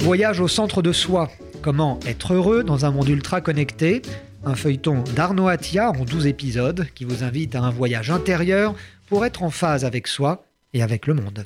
Voyage au centre de soi. Comment être heureux dans un monde ultra connecté. Un feuilleton d'Arnaud Attia en 12 épisodes qui vous invite à un voyage intérieur pour être en phase avec soi et avec le monde.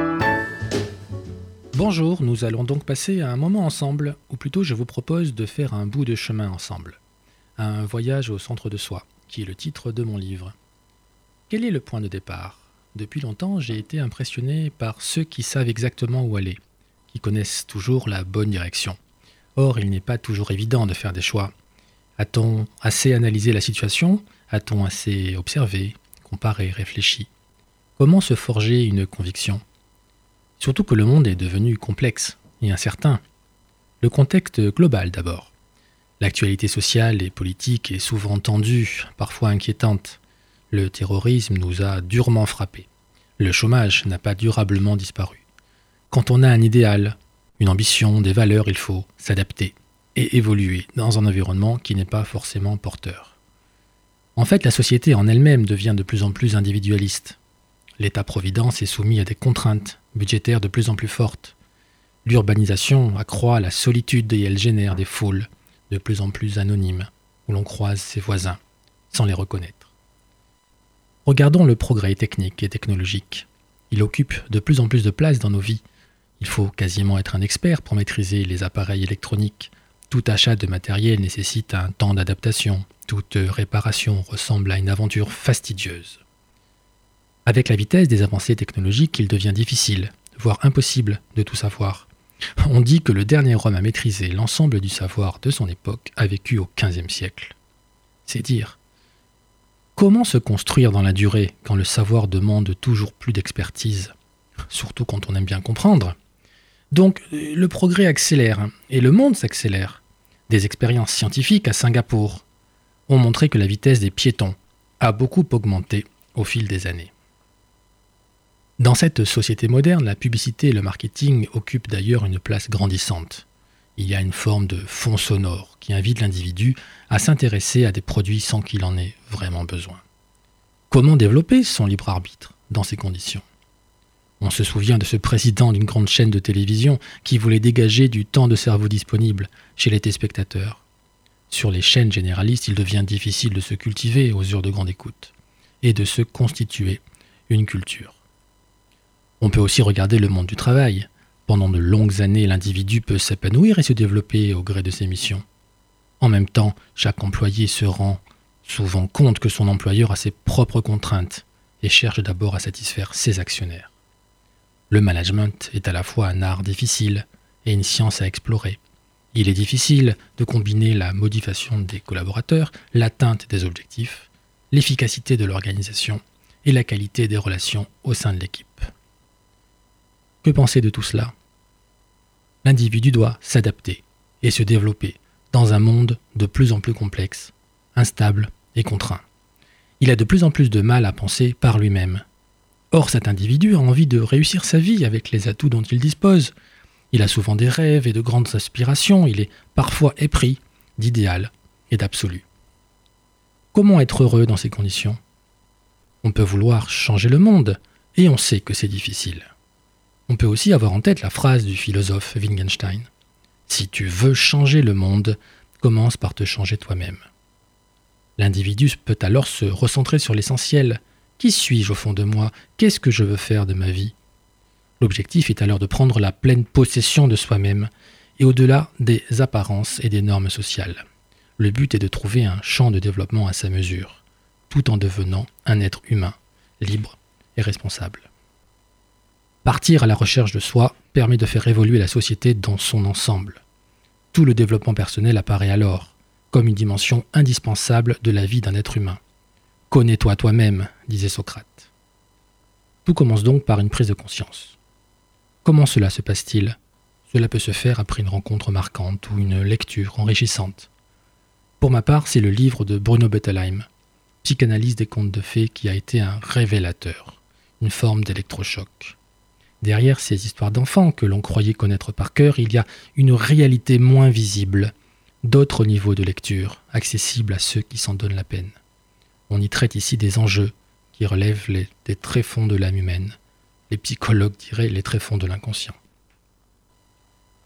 Bonjour, nous allons donc passer un moment ensemble, ou plutôt je vous propose de faire un bout de chemin ensemble. Un voyage au centre de soi, qui est le titre de mon livre. Quel est le point de départ ? Depuis longtemps, j'ai été impressionné par ceux qui savent exactement où aller, qui connaissent toujours la bonne direction. Or, il n'est pas toujours évident de faire des choix. A-t-on assez analysé la situation ? A-t-on assez observé, comparé, réfléchi ? Comment se forger une conviction ? Surtout que le monde est devenu complexe et incertain. Le contexte global d'abord. L'actualité sociale et politique est souvent tendue, parfois inquiétante. Le terrorisme nous a durement frappés. Le chômage n'a pas durablement disparu. Quand on a un idéal, une ambition, des valeurs, il faut s'adapter et évoluer dans un environnement qui n'est pas forcément porteur. En fait, la société en elle-même devient de plus en plus individualiste. L'État-providence est soumis à des contraintes budgétaires de plus en plus fortes. L'urbanisation accroît la solitude et elle génère des foules de plus en plus anonymes, où l'on croise ses voisins, sans les reconnaître. Regardons le progrès technique et technologique. Il occupe de plus en plus de place dans nos vies. Il faut quasiment être un expert pour maîtriser les appareils électroniques. Tout achat de matériel nécessite un temps d'adaptation. Toute réparation ressemble à une aventure fastidieuse. Avec la vitesse des avancées technologiques, il devient difficile, voire impossible, de tout savoir. On dit que le dernier homme à maîtriser l'ensemble du savoir de son époque a vécu au XVe siècle. C'est dire. Comment se construire dans la durée quand le savoir demande toujours plus d'expertise ? Surtout quand on aime bien comprendre. Donc, le progrès accélère et le monde s'accélère. Des expériences scientifiques à Singapour ont montré que la vitesse des piétons a beaucoup augmenté au fil des années. Dans cette société moderne, la publicité et le marketing occupent d'ailleurs une place grandissante. Il y a une forme de fond sonore qui invite l'individu à s'intéresser à des produits sans qu'il en ait vraiment besoin. Comment développer son libre arbitre dans ces conditions ? On se souvient de ce président d'une grande chaîne de télévision qui voulait dégager du temps de cerveau disponible chez les téléspectateurs. Sur les chaînes généralistes, il devient difficile de se cultiver aux heures de grande écoute et de se constituer une culture. On peut aussi regarder le monde du travail. Pendant de longues années, l'individu peut s'épanouir et se développer au gré de ses missions. En même temps, chaque employé se rend souvent compte que son employeur a ses propres contraintes et cherche d'abord à satisfaire ses actionnaires. Le management est à la fois un art difficile et une science à explorer. Il est difficile de combiner la motivation des collaborateurs, l'atteinte des objectifs, l'efficacité de l'organisation et la qualité des relations au sein de l'équipe. Que penser de tout cela ? L'individu doit s'adapter et se développer dans un monde de plus en plus complexe, instable et contraint. Il a de plus en plus de mal à penser par lui-même. Or, cet individu a envie de réussir sa vie avec les atouts dont il dispose. Il a souvent des rêves et de grandes aspirations, il est parfois épris d'idéal et d'absolu. Comment être heureux dans ces conditions ? On peut vouloir changer le monde, et on sait que c'est difficile. On peut aussi avoir en tête la phrase du philosophe Wittgenstein. « Si tu veux changer le monde, commence par te changer toi-même. » L'individu peut alors se recentrer sur l'essentiel. Qui suis-je au fond de moi ? Qu'est-ce que je veux faire de ma vie ? L'objectif est alors de prendre la pleine possession de soi-même et au-delà des apparences et des normes sociales. Le but est de trouver un champ de développement à sa mesure, tout en devenant un être humain, libre et responsable. Partir à la recherche de soi permet de faire évoluer la société dans son ensemble. Tout le développement personnel apparaît alors comme une dimension indispensable de la vie d'un être humain. « Connais-toi toi-même », disait Socrate. Tout commence donc par une prise de conscience. Comment cela se passe-t-il ? Cela peut se faire après une rencontre marquante ou une lecture enrichissante. Pour ma part, c'est le livre de Bruno Bettelheim, Psychanalyse des contes de fées, qui a été un révélateur, une forme d'électrochoc. Derrière ces histoires d'enfants que l'on croyait connaître par cœur, il y a une réalité moins visible, d'autres niveaux de lecture, accessibles à ceux qui s'en donnent la peine. On y traite ici des enjeux qui relèvent des tréfonds de l'âme humaine. Les psychologues diraient les tréfonds de l'inconscient.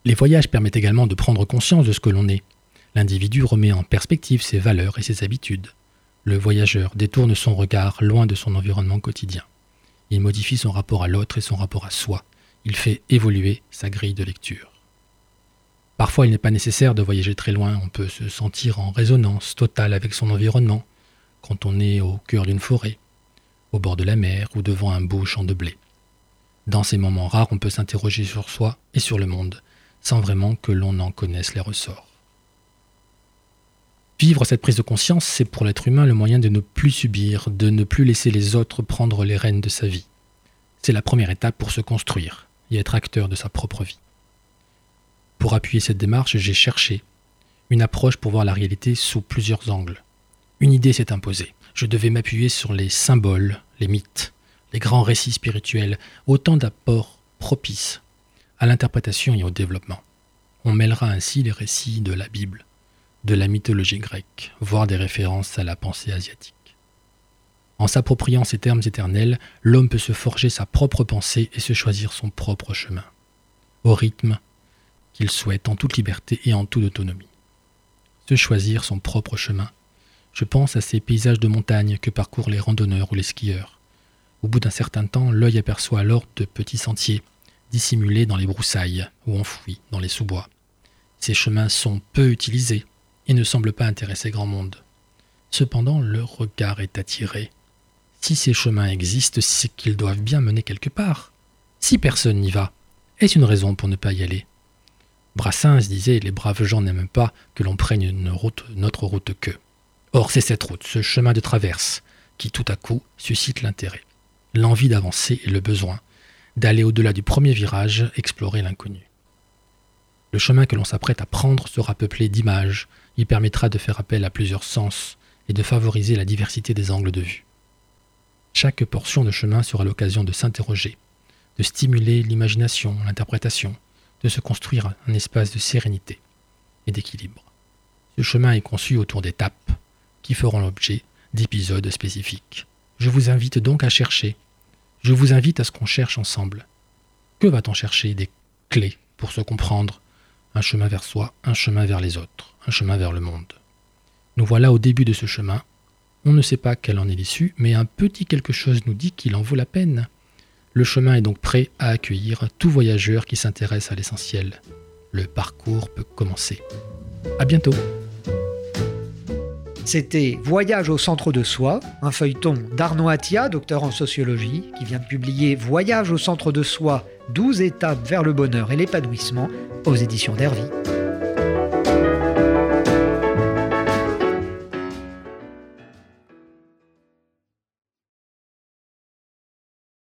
Les voyages permettent également de prendre conscience de ce que l'on est. L'individu remet en perspective ses valeurs et ses habitudes. Le voyageur détourne son regard loin de son environnement quotidien. Il modifie son rapport à l'autre et son rapport à soi. Il fait évoluer sa grille de lecture. Parfois, il n'est pas nécessaire de voyager très loin. On peut se sentir en résonance totale avec son environnement quand on est au cœur d'une forêt, au bord de la mer ou devant un beau champ de blé. Dans ces moments rares, on peut s'interroger sur soi et sur le monde, sans vraiment que l'on en connaisse les ressorts. Vivre cette prise de conscience, c'est pour l'être humain le moyen de ne plus subir, de ne plus laisser les autres prendre les rênes de sa vie. C'est la première étape pour se construire et être acteur de sa propre vie. Pour appuyer cette démarche, j'ai cherché une approche pour voir la réalité sous plusieurs angles. Une idée s'est imposée. Je devais m'appuyer sur les symboles, les mythes, les grands récits spirituels, autant d'apports propices à l'interprétation et au développement. On mêlera ainsi les récits de la Bible, de la mythologie grecque, voire des références à la pensée asiatique. En s'appropriant ces termes éternels, l'homme peut se forger sa propre pensée et se choisir son propre chemin, au rythme qu'il souhaite en toute liberté et en toute autonomie. Se choisir son propre chemin. Je pense à ces paysages de montagne que parcourent les randonneurs ou les skieurs. Au bout d'un certain temps, l'œil aperçoit alors de petits sentiers, dissimulés dans les broussailles ou enfouis dans les sous-bois. Ces chemins sont peu utilisés et ne semblent pas intéresser grand monde. Cependant, le regard est attiré. Si ces chemins existent, c'est qu'ils doivent bien mener quelque part. Si personne n'y va, est-ce une raison pour ne pas y aller ? Brassens disait « Les braves gens n'aiment pas que l'on prenne notre route qu'eux ». Or, c'est cette route, ce chemin de traverse, qui tout à coup suscite l'intérêt, l'envie d'avancer et le besoin d'aller au-delà du premier virage, explorer l'inconnu. Le chemin que l'on s'apprête à prendre sera peuplé d'images, il permettra de faire appel à plusieurs sens et de favoriser la diversité des angles de vue. Chaque portion de chemin sera l'occasion de s'interroger, de stimuler l'imagination, l'interprétation, de se construire un espace de sérénité et d'équilibre. Ce chemin est conçu autour d'étapes qui feront l'objet d'épisodes spécifiques. Je vous invite donc à chercher. Je vous invite à ce qu'on cherche ensemble. Que va-t-on chercher ? Des clés pour se comprendre. Un chemin vers soi, un chemin vers les autres, un chemin vers le monde. Nous voilà au début de ce chemin. On ne sait pas quelle en est l'issue, mais un petit quelque chose nous dit qu'il en vaut la peine. Le chemin est donc prêt à accueillir tout voyageur qui s'intéresse à l'essentiel. Le parcours peut commencer. À bientôt. C'était Voyage au centre de soi, un feuilleton d'Arnaud Attia, docteur en sociologie, qui vient de publier Voyage au centre de soi, 12 étapes vers le bonheur et l'épanouissement aux éditions d'Hervy.